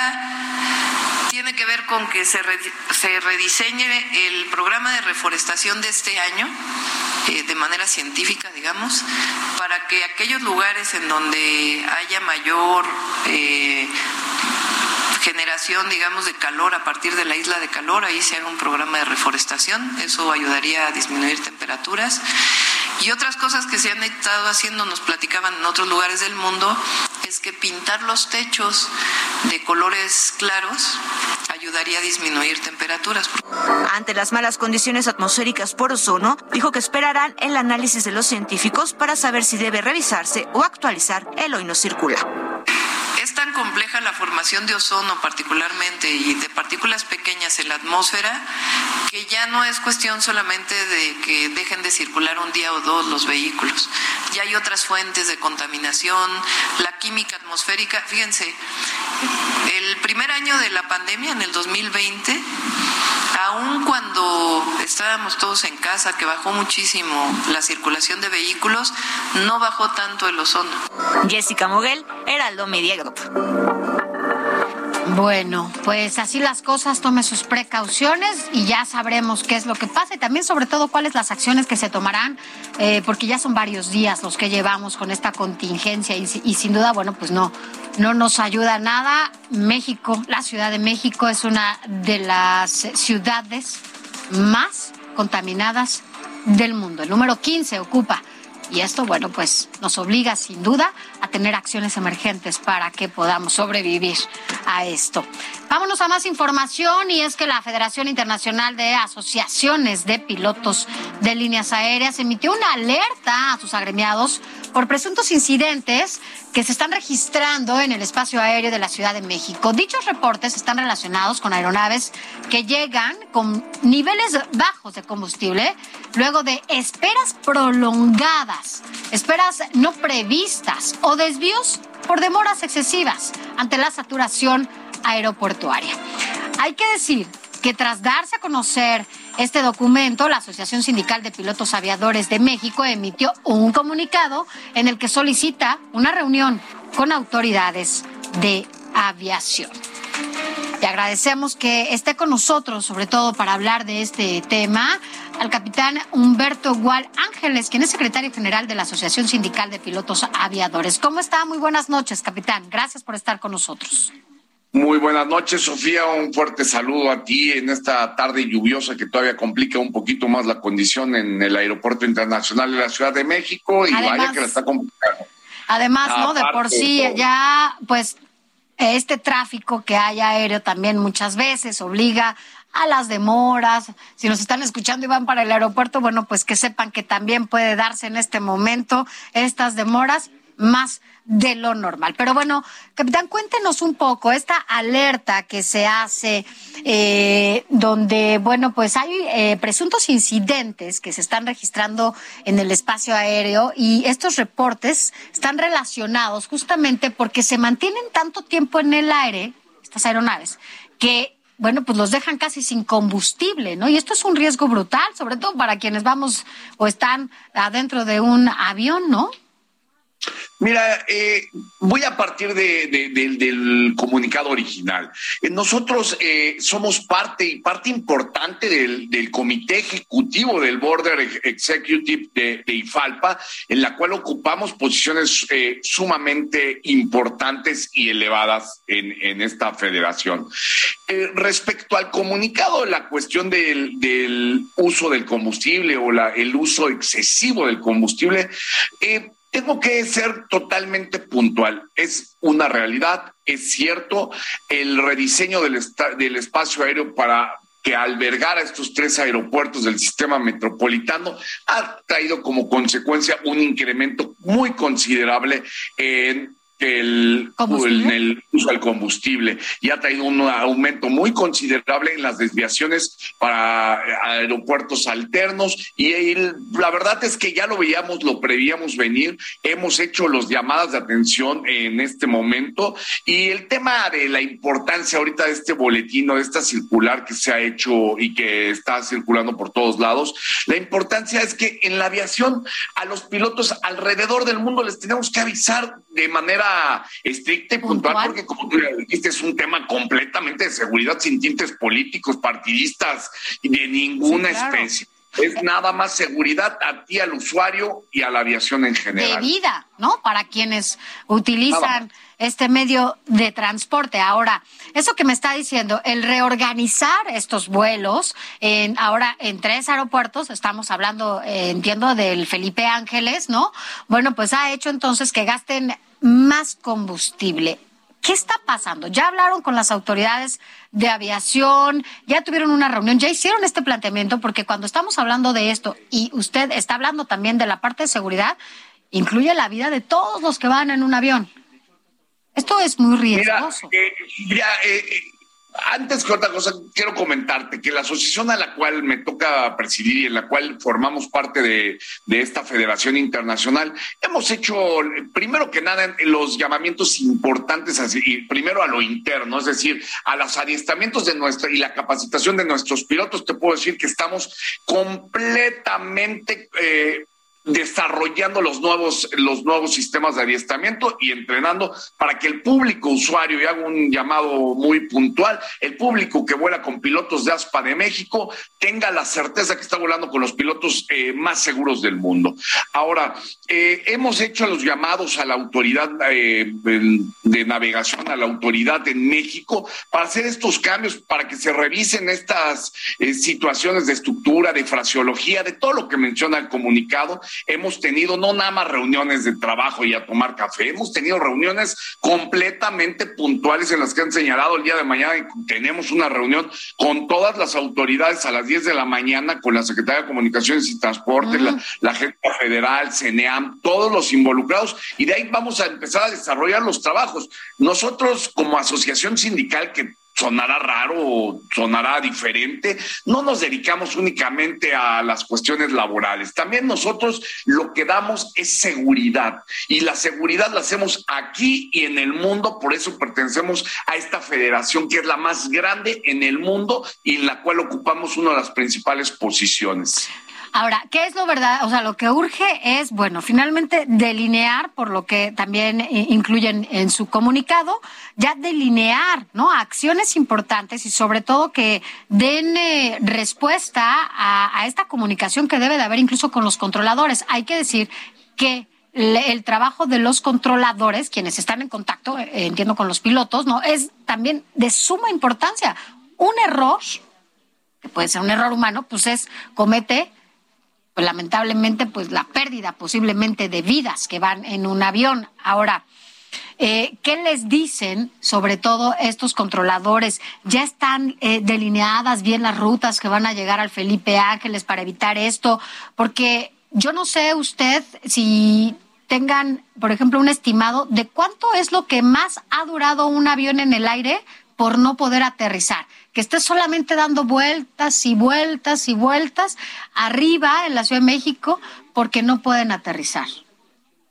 primera tiene que ver con que se, re, se rediseñe el programa de reforestación de este año, eh, de manera científica, digamos, para que aquellos lugares en donde haya mayor eh, generación, digamos, de calor a partir de la isla de calor, ahí se haga un programa de reforestación, eso ayudaría a disminuir temperaturas. Y otras cosas que se han estado haciendo, nos platicaban en otros lugares del mundo, es que pintar los techos de colores claros ayudaría a disminuir temperaturas. Ante las malas condiciones atmosféricas por ozono, dijo que esperarán el análisis de los científicos para saber si debe revisarse o actualizar el Hoy No Circula. Es tan compleja la formación de ozono particularmente y de partículas pequeñas en la atmósfera que ya no es cuestión solamente de que dejen de circular un día o dos los vehículos. Ya hay otras fuentes de contaminación, la química atmosférica. Fíjense, el primer año de la pandemia, en el dos mil veinte, aun cuando estábamos todos en casa, que bajó muchísimo la circulación de vehículos, no bajó tanto el ozono. Jessica Moguel, Heraldo Media Group. Bueno, pues así las cosas, tome sus precauciones y ya sabremos qué es lo que pasa y también sobre todo cuáles las acciones que se tomarán, eh, porque ya son varios días los que llevamos con esta contingencia y, y sin duda, bueno, pues no, no nos ayuda nada. México, la Ciudad de México es una de las ciudades más contaminadas del mundo. El número quince ocupa. Y esto, bueno, pues nos obliga sin duda a tener acciones emergentes para que podamos sobrevivir a esto. Vámonos a más información y es que la Federación Internacional de Asociaciones de Pilotos de Líneas Aéreas emitió una alerta a sus agremiados por presuntos incidentes que se están registrando en el espacio aéreo de la Ciudad de México. Dichos reportes están relacionados con aeronaves que llegan con niveles bajos de combustible luego de esperas prolongadas, esperas no previstas o desvíos por demoras excesivas ante la saturación aeroportuaria. Hay que decir que tras darse a conocer este documento, la Asociación Sindical de Pilotos Aviadores de México emitió un comunicado en el que solicita una reunión con autoridades de aviación. Le agradecemos que esté con nosotros, sobre todo para hablar de este tema, al capitán Humberto Gual Ángeles, quien es secretario general de la Asociación Sindical de Pilotos Aviadores. ¿Cómo está? Muy buenas noches, capitán. Gracias por estar con nosotros. Muy buenas noches, Sofía. Un fuerte saludo a ti en esta tarde lluviosa que todavía complica un poquito más la condición en el Aeropuerto Internacional de la Ciudad de México y además, vaya que la está complicando. Además, ¿no? De por sí, ya, pues, este tráfico que hay aéreo también muchas veces obliga a las demoras. Si nos están escuchando y van para el aeropuerto, bueno, pues que sepan que también puede darse en este momento estas demoras más de lo normal. Pero bueno, capitán, cuéntenos un poco esta alerta que se hace eh, donde, bueno, pues hay eh, presuntos incidentes que se están registrando en el espacio aéreo y estos reportes están relacionados justamente porque se mantienen tanto tiempo en el aire, estas aeronaves, que bueno, pues los dejan casi sin combustible, ¿no? Y esto es un riesgo brutal, sobre todo para quienes vamos o están adentro de un avión, ¿no? Mira, eh, voy a partir de, de, de, del comunicado original. Eh, nosotros eh, somos parte y parte importante del, del comité ejecutivo del Border Executive de, de IFALPA, en la cual ocupamos posiciones eh, sumamente importantes y elevadas en, en esta federación. Eh, respecto al comunicado, la cuestión del, del uso del combustible o la, el uso excesivo del combustible, eh, tengo que ser totalmente puntual. Es una realidad, es cierto, el rediseño del, del espacio aéreo para que albergara estos tres aeropuertos del sistema metropolitano ha traído como consecuencia un incremento muy considerable en el, en el uso del combustible y ha traído un aumento muy considerable en las desviaciones para aeropuertos alternos y el, la verdad es que ya lo veíamos, lo prevíamos venir, hemos hecho las llamadas de atención en este momento y el tema de la importancia ahorita de este boletín o de esta circular que se ha hecho y que está circulando por todos lados, la importancia es que en la aviación a los pilotos alrededor del mundo les tenemos que avisar de manera estricta y puntual, puntual, porque como tú ya dijiste, es un tema completamente de seguridad sin tintes políticos, partidistas y de ninguna sí, claro. especie. Es nada más seguridad a ti, al usuario y a la aviación en general. De vida, ¿no? Para quienes utilizan este medio de transporte. Ahora, eso que me está diciendo, el reorganizar estos vuelos, en, ahora en tres aeropuertos, estamos hablando, eh, entiendo, del Felipe Ángeles, ¿no? Bueno, pues ha hecho entonces que gasten más combustible. ¿Qué está pasando? ¿Ya hablaron con las autoridades de aviación? ¿Ya tuvieron una reunión? ¿Ya hicieron este planteamiento? Porque cuando estamos hablando de esto y usted está hablando también de la parte de seguridad, incluye la vida de todos los que van en un avión. Esto es muy riesgoso. Mira, eh, mira eh, eh, antes que otra cosa, quiero comentarte que la asociación a la cual me toca presidir y en la cual formamos parte de, de esta federación internacional, hemos hecho, primero que nada, los llamamientos importantes, así, primero a lo interno, es decir, a los adiestramientos de nuestra y la capacitación de nuestros pilotos. Te puedo decir que estamos completamente eh, desarrollando los nuevos, los nuevos sistemas de adiestramiento y entrenando para que el público usuario, y hago un llamado muy puntual, el público que vuela con pilotos de ASPA de México tenga la certeza que está volando con los pilotos eh, más seguros del mundo. Ahora, eh, hemos hecho los llamados a la autoridad eh, de navegación, a la autoridad en México, para hacer estos cambios, para que se revisen estas eh, situaciones de estructura, de fraseología, de todo lo que menciona el comunicado. Hemos tenido no nada más reuniones de trabajo y a tomar café, hemos tenido reuniones completamente puntuales en las que han señalado el día de mañana y tenemos una reunión con todas las autoridades a las diez de la mañana con la Secretaría de Comunicaciones y Transporte, uh-huh. la, la Agencia Federal, CENEAM, todos los involucrados y de ahí vamos a empezar a desarrollar los trabajos. Nosotros como asociación sindical que sonará raro o sonará diferente, no nos dedicamos únicamente a las cuestiones laborales. También nosotros lo que damos es seguridad y la seguridad la hacemos aquí y en el mundo, por eso pertenecemos a esta federación que es la más grande en el mundo y en la cual ocupamos una de las principales posiciones. Ahora, ¿qué es lo verdad? O sea, lo que urge es, bueno, finalmente delinear, por lo que también incluyen en su comunicado, ya delinear, ¿no? Acciones importantes y sobre todo que den eh, respuesta a, a esta comunicación que debe de haber incluso con los controladores. Hay que decir que el trabajo de los controladores, quienes están en contacto, eh, entiendo, con los pilotos, ¿no? Es también de suma importancia. Un error, que puede ser un error humano, pues es, comete... Pues, lamentablemente, pues la pérdida posiblemente de vidas que van en un avión. Ahora, eh, ¿qué les dicen sobre todo estos controladores? ¿Ya están eh, delineadas bien las rutas que van a llegar al Felipe Ángeles para evitar esto? Porque yo no sé usted si tengan, por ejemplo, un estimado de cuánto es lo que más ha durado un avión en el aire por no poder aterrizar, que esté solamente dando vueltas y vueltas y vueltas arriba en la Ciudad de México porque no pueden aterrizar.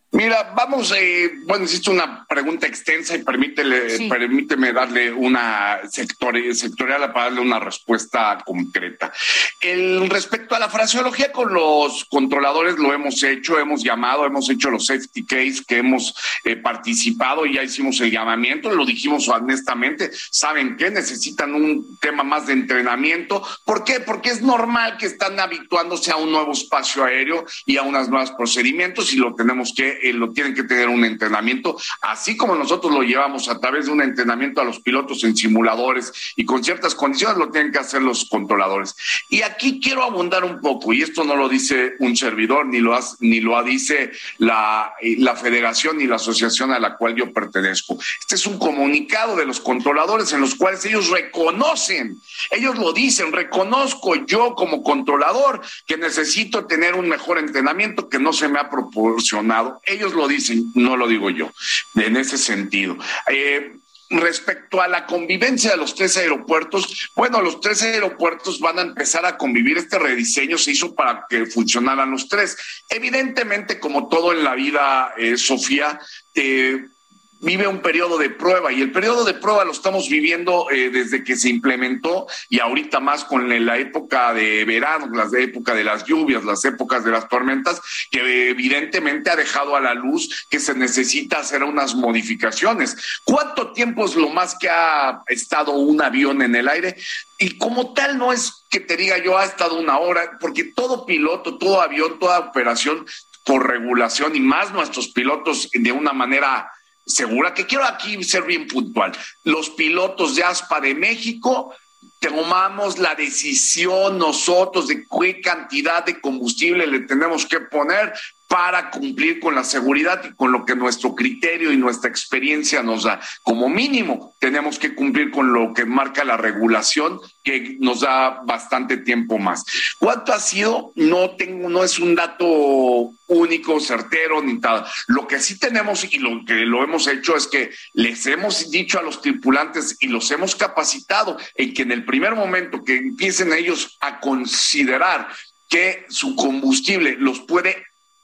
Mira, vamos, eh, bueno, hiciste una pregunta extensa y permítele, sí. permíteme darle una sectorial, sectorial para darle una respuesta concreta. El, respecto a la fraseología con los controladores lo hemos hecho, hemos llamado, hemos hecho los safety case que hemos eh, participado y ya hicimos el llamamiento, lo dijimos honestamente, ¿saben qué? Necesitan un tema más de entrenamiento. ¿Por qué? Porque es normal que están habituándose a un nuevo espacio aéreo y a unos nuevos procedimientos y lo tenemos que Eh, lo tienen que tener un entrenamiento, así como nosotros lo llevamos a través de un entrenamiento a los pilotos en simuladores y con ciertas condiciones, lo tienen que hacer los controladores. Y aquí quiero abundar un poco, y esto no lo dice un servidor, ni lo, has, ni lo dice la, la federación ni la asociación a la cual yo pertenezco. Este es un comunicado de los controladores en los cuales ellos reconocen, ellos lo dicen, reconozco yo como controlador que necesito tener un mejor entrenamiento que no se me ha proporcionado. Ellos lo dicen, no lo digo yo, en ese sentido. Eh, respecto a la convivencia de los tres aeropuertos, bueno, los tres aeropuertos van a empezar a convivir. Este rediseño se hizo para que funcionaran los tres. Evidentemente, como todo en la vida, eh, Sofía, eh, vive un periodo de prueba y el periodo de prueba lo estamos viviendo eh, desde que se implementó y ahorita más con la época de verano, la época de las lluvias, las épocas de las tormentas, que evidentemente ha dejado a la luz que se necesita hacer unas modificaciones. ¿Cuánto tiempo es lo más que ha estado un avión en el aire? Y como tal no es que te diga yo ha estado una hora, porque todo piloto, todo avión, toda operación por regulación y más nuestros pilotos de una manera segura, que quiero aquí ser bien puntual. Los pilotos de ASPA de México tomamos la decisión nosotros de qué cantidad de combustible le tenemos que poner para cumplir con la seguridad y con lo que nuestro criterio y nuestra experiencia nos da. Como mínimo, tenemos que cumplir con lo que marca la regulación, que nos da bastante tiempo más. ¿Cuánto ha sido? No tengo, no es un dato único, certero, ni nada. Lo que sí tenemos y lo que lo hemos hecho es que les hemos dicho a los tripulantes y los hemos capacitado en que en el primer momento que empiecen ellos a considerar que su combustible los puede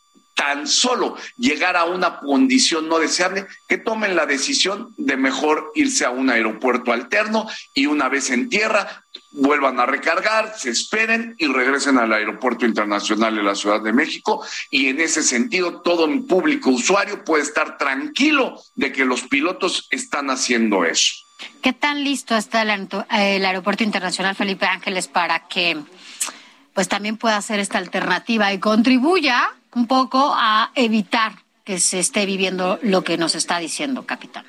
tan solo llegar a una condición no deseable, que tomen la decisión de mejor irse a un aeropuerto alterno y una vez en tierra vuelvan a recargar, se esperen y regresen al Aeropuerto Internacional de la Ciudad de México. Y en ese sentido todo mi público usuario puede estar tranquilo de que los pilotos están haciendo eso. ¿Qué tan listo está el, el Aeropuerto Internacional Felipe Ángeles para que pues también pueda hacer esta alternativa y contribuya un poco a evitar que se esté viviendo lo que nos está diciendo, capitán?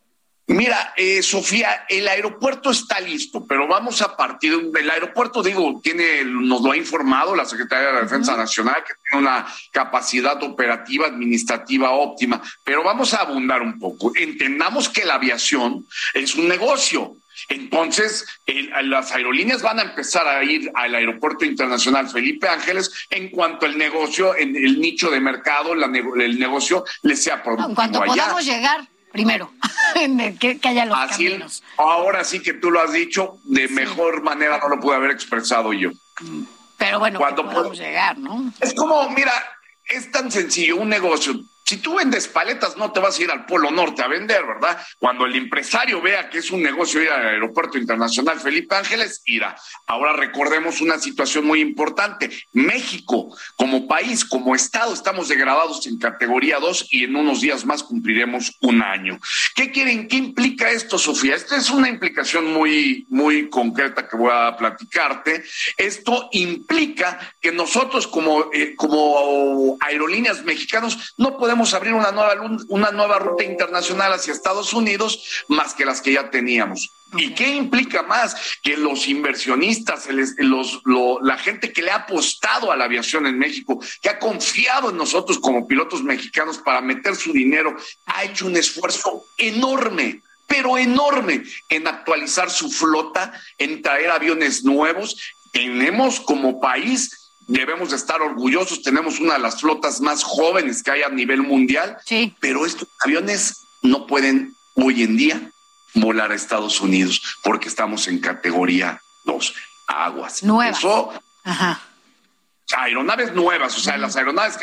Mira, eh, Sofía, el aeropuerto está listo, pero vamos a partir del aeropuerto, digo, tiene, nos lo ha informado la Secretaría de la Defensa uh-huh. Nacional, que tiene una capacidad operativa, administrativa óptima, pero vamos a abundar un poco. Entendamos que la aviación es un negocio. Entonces, el, las aerolíneas van a empezar a ir al Aeropuerto Internacional Felipe Ángeles en cuanto el negocio, en el nicho de mercado, la, el negocio les sea productivo. En cuanto allá. podamos llegar, primero, que, que haya los Así, caminos. Ahora sí que tú lo has dicho, de sí. mejor manera no lo pude haber expresado yo. Pero bueno, cuando podamos llegar, ¿no? Es como, mira, es tan sencillo, un negocio. Si tú vendes paletas, no te vas a ir al Polo Norte a vender, ¿verdad? Cuando el empresario vea que es un negocio ir al Aeropuerto Internacional Felipe Ángeles, irá. Ahora recordemos una situación muy importante. México, como país, como Estado, estamos degradados en categoría dos y en unos días más cumpliremos un año. ¿Qué quieren? ¿Qué implica esto, Sofía? Esta es una implicación muy, muy concreta que voy a platicarte. Esto implica que nosotros como, eh, como aerolíneas mexicanos no podemos abrir una nueva, una nueva ruta internacional hacia Estados Unidos más que las que ya teníamos. Okay. ¿Y qué implica más? Que los inversionistas, los, los, lo, la gente que le ha apostado a la aviación en México, que ha confiado en nosotros como pilotos mexicanos para meter su dinero, ha hecho un esfuerzo enorme, pero enorme, en actualizar su flota, en traer aviones nuevos. Tenemos como país... Debemos de estar orgullosos, tenemos una de las flotas más jóvenes que hay a nivel mundial, sí. Pero estos aviones no pueden hoy en día volar a Estados Unidos porque estamos en categoría dos, aguas. Nuevas. Eso, Ajá. aeronaves nuevas, o sea, uh-huh. las aeronaves que han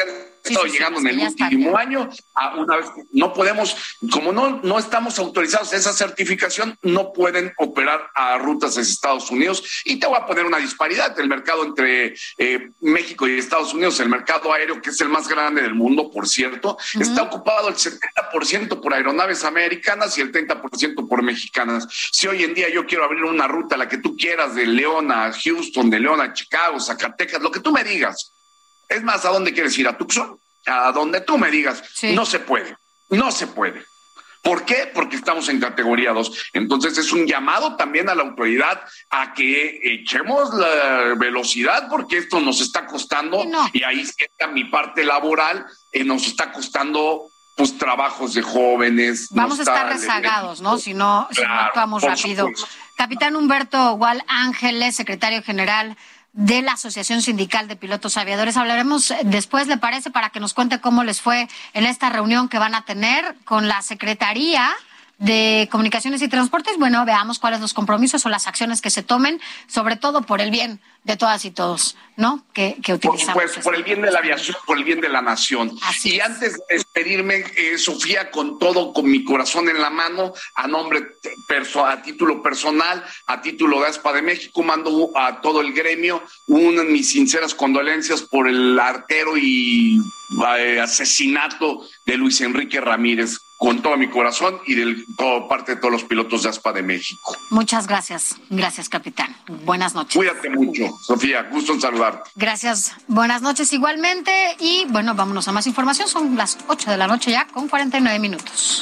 sí, estado sí, llegando sí, en el último año, a una vez no podemos, como no, no estamos autorizados a esa certificación, no pueden operar a rutas hacia Estados Unidos. Y te voy a poner una disparidad, el mercado entre eh, México y Estados Unidos, el mercado aéreo, que es el más grande del mundo, por cierto, uh-huh. está ocupado el setenta por ciento por aeronaves americanas y el treinta por ciento por mexicanas. Si hoy en día yo quiero abrir una ruta, la que tú quieras, de León a Houston, de León a Chicago, Zacatecas, lo que tú me digas, es más, ¿a dónde quieres ir? ¿A Tucson? A donde tú me digas, sí. no se puede, no se puede. ¿Por qué? Porque estamos en categoría dos. Entonces es un llamado también a la autoridad a que echemos la velocidad, porque esto nos está costando, no. y ahí está mi parte laboral, eh, nos está costando pues trabajos de jóvenes. Vamos a estar rezagados, ¿no? Si no, claro, si no actuamos rápido. Supuesto. Capitán Humberto Gual Ángeles, secretario general de la Asociación Sindical de Pilotos Aviadores. Hablaremos después, ¿le parece? Para que nos cuente cómo les fue en esta reunión que van a tener con la Secretaría de Comunicaciones y Transportes. Bueno, veamos cuáles los compromisos o las acciones que se tomen, sobre todo por el bien de todas y todos, ¿no? Que, que utilizamos. Por supuesto, por el bien de la aviación, por el bien de la nación. Así y es. Antes de despedirme, eh, Sofía, con todo, con mi corazón en la mano, a nombre, perso- a título personal, a título de ASPA de México, mando a todo el gremio un, mis sinceras condolencias por el artero y eh, asesinato de Luis Enrique Ramírez, con todo mi corazón y de parte de todos los pilotos de ASPA de México. Muchas gracias. Gracias, capitán. Buenas noches. Cuídate mucho, Sofía. Gusto en saludarte. Gracias. Buenas noches igualmente. Y bueno, vámonos a más información. Son las ocho de la noche ya con cuarenta y nueve minutos.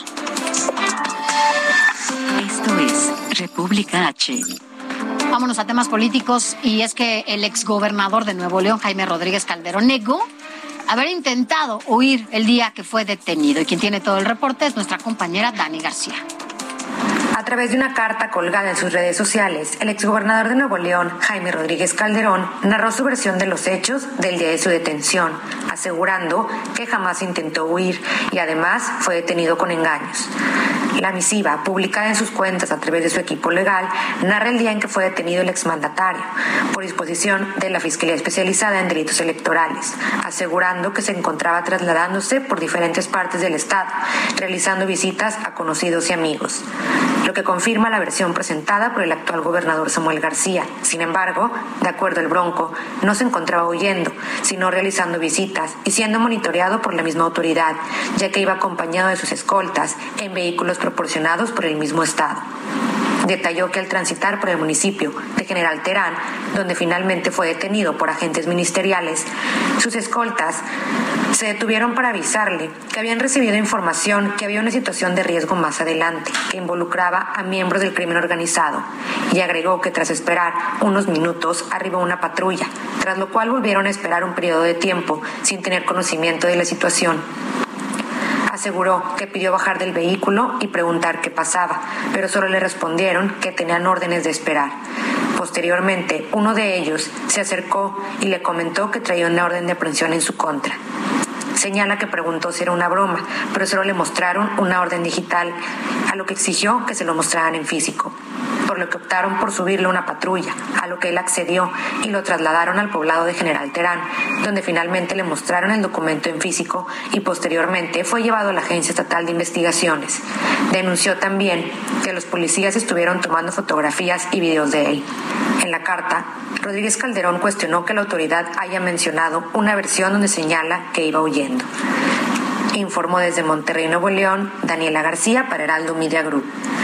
Esto es República H. Vámonos a temas políticos. Y es que el exgobernador de Nuevo León, Jaime Rodríguez Calderón, negó haber intentado huir el día que fue detenido. Y quien tiene todo el reporte es nuestra compañera Dani García. A través de una carta colgada en sus redes sociales, el exgobernador de Nuevo León, Jaime Rodríguez Calderón, narró su versión de los hechos del día de su detención, asegurando que jamás intentó huir y además fue detenido con engaños. La misiva, publicada en sus cuentas a través de su equipo legal, narra el día en que fue detenido el exmandatario, por disposición de la Fiscalía Especializada en Delitos Electorales, asegurando que se encontraba trasladándose por diferentes partes del estado, realizando visitas a conocidos y amigos, lo que confirma la versión presentada por el actual gobernador Samuel García. Sin embargo, de acuerdo al Bronco, no se encontraba huyendo, sino realizando visitas y siendo monitoreado por la misma autoridad, ya que iba acompañado de sus escoltas en vehículos proporcionados por el mismo estado. Detalló que al transitar por el municipio de General Terán, donde finalmente fue detenido por agentes ministeriales, sus escoltas se detuvieron para avisarle que habían recibido información que había una situación de riesgo más adelante, que involucraba a miembros del crimen organizado, y agregó que tras esperar unos minutos arribó una patrulla, tras lo cual volvieron a esperar un periodo de tiempo sin tener conocimiento de la situación. Aseguró que pidió bajar del vehículo y preguntar qué pasaba, pero solo le respondieron que tenían órdenes de esperar. Posteriormente, uno de ellos se acercó y le comentó que traía una orden de aprehensión en su contra. Señala que preguntó si era una broma, pero solo le mostraron una orden digital, a lo que exigió que se lo mostraran en físico, por lo que optaron por subirle una patrulla, a lo que él accedió y lo trasladaron al poblado de General Terán, donde finalmente le mostraron el documento en físico y posteriormente fue llevado a la Agencia Estatal de Investigaciones. Denunció también que los policías estuvieron tomando fotografías y videos de él. En la carta, Rodríguez Calderón cuestionó que la autoridad haya mencionado una versión donde señala que iba huyendo. Informó desde Monterrey, Nuevo León, Daniela García para Heraldo Media Group.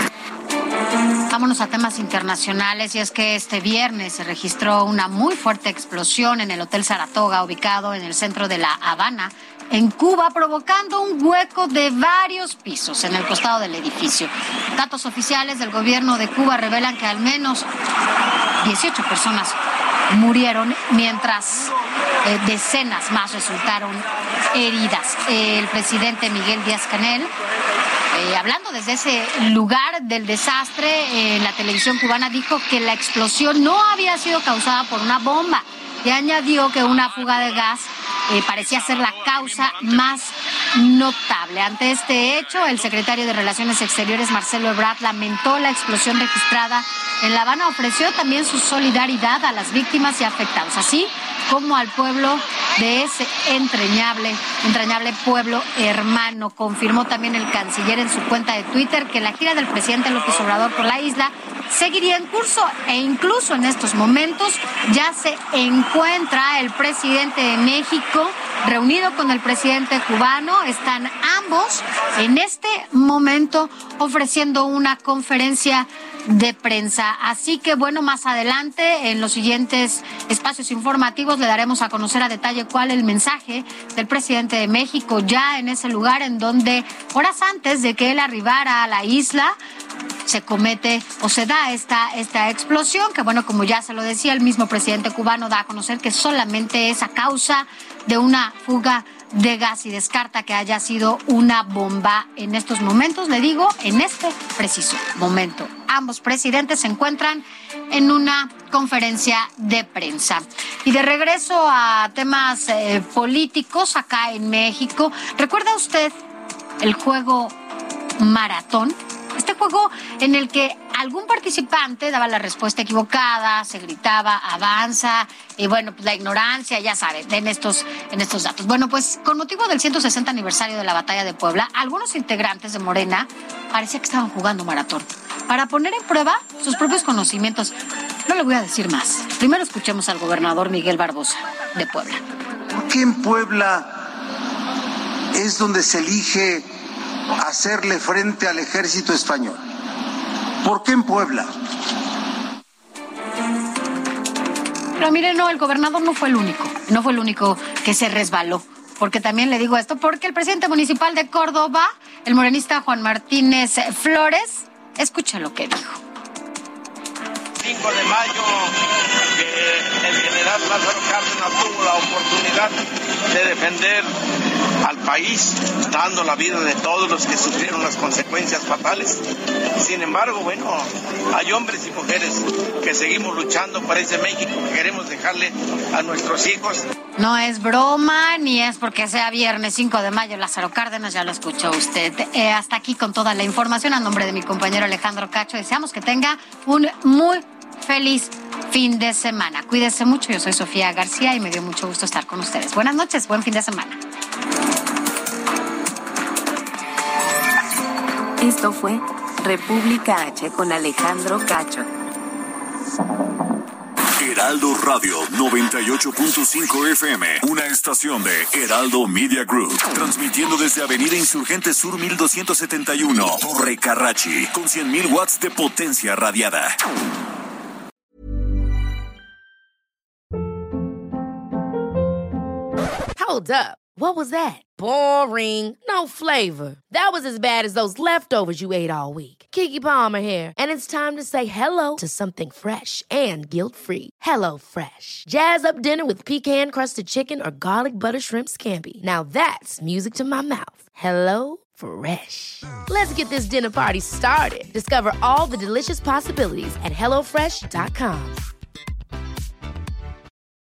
Vámonos a temas internacionales, y es que este viernes se registró una muy fuerte explosión en el Hotel Saratoga, ubicado en el centro de La Habana, en Cuba, provocando un hueco de varios pisos en el costado del edificio. Datos oficiales del gobierno de Cuba revelan que al menos dieciocho personas murieron, mientras eh, decenas más resultaron heridas. El presidente Miguel Díaz-Canel, Eh, hablando desde ese lugar del desastre, eh, en la televisión cubana dijo que la explosión no había sido causada por una bomba y añadió que una fuga de gas eh, parecía ser la causa más notable. Ante este hecho, el secretario de Relaciones Exteriores, Marcelo Ebrard, lamentó la explosión registrada en La Habana, ofreció también su solidaridad a las víctimas y afectados, así como al pueblo de ese entrañable, entrañable pueblo hermano. Confirmó también el canciller en su cuenta de Twitter que la gira del presidente López Obrador por la isla seguiría en curso e incluso en estos momentos ya se encuentra el presidente de México reunido con el presidente cubano. Están ambos en este momento ofreciendo una conferencia de prensa. Así que bueno, más adelante en los siguientes espacios informativos le daremos a conocer a detalle cuál es el mensaje del presidente de México ya en ese lugar en donde horas antes de que él arribara a la isla se comete o se da esta, esta explosión, que bueno, como ya se lo decía, el mismo presidente cubano da a conocer que solamente es a causa de una fuga de gas y descarta que haya sido una bomba. En estos momentos, le digo, en este preciso momento, ambos presidentes se encuentran en una conferencia de prensa. Y de regreso a temas eh, políticos acá en México, ¿recuerda usted el juego Maratón? Este juego en el que algún participante daba la respuesta equivocada, se gritaba, avanza, y bueno, pues la ignorancia, ya saben, en estos, en estos datos. Bueno, pues con motivo del ciento sesenta aniversario de la Batalla de Puebla, algunos integrantes de Morena parecía que estaban jugando maratón para poner en prueba sus propios conocimientos. No le voy a decir más. Primero escuchemos al gobernador Miguel Barbosa de Puebla. ¿Por qué en Puebla es donde se elige hacerle frente al ejército español? ¿Por qué en Puebla? Pero mire, no, el gobernador no fue el único, no fue el único que se resbaló. Porque también le digo esto, porque el presidente municipal de Córdoba, el morenista Juan Martínez Flores, escucha lo que dijo. cinco de mayo, que el general Lázaro Cárdenas tuvo la oportunidad de defender al país, dando la vida de todos los que sufrieron las consecuencias fatales. Sin embargo, bueno, hay hombres y mujeres que seguimos luchando por ese México que queremos dejarle a nuestros hijos. No es broma, ni es porque sea viernes cinco de mayo, Lázaro Cárdenas, ya lo escuchó usted. Eh, hasta aquí con toda la información, a nombre de mi compañero Alejandro Cacho, deseamos que tenga un muy feliz fin de semana. Cuídese mucho, yo soy Sofía García y me dio mucho gusto estar con ustedes. Buenas noches, buen fin de semana. Esto fue República H con Alejandro Cacho. Heraldo Radio noventa y ocho punto cinco F M, una estación de Heraldo Media Group, transmitiendo desde Avenida Insurgente Sur mil doscientos setenta y uno, Torre Carrachi, con cien mil watts de potencia radiada. Hold up. What was that? Boring. No flavor. That was as bad as those leftovers you ate all week. Keke Palmer here, and it's time to say hello to something fresh and guilt-free. Hello Fresh. Jazz up dinner with pecan-crusted chicken or garlic butter shrimp scampi. Now that's music to my mouth. Hello Fresh. Let's get this dinner party started. Discover all the delicious possibilities at hello fresh dot com.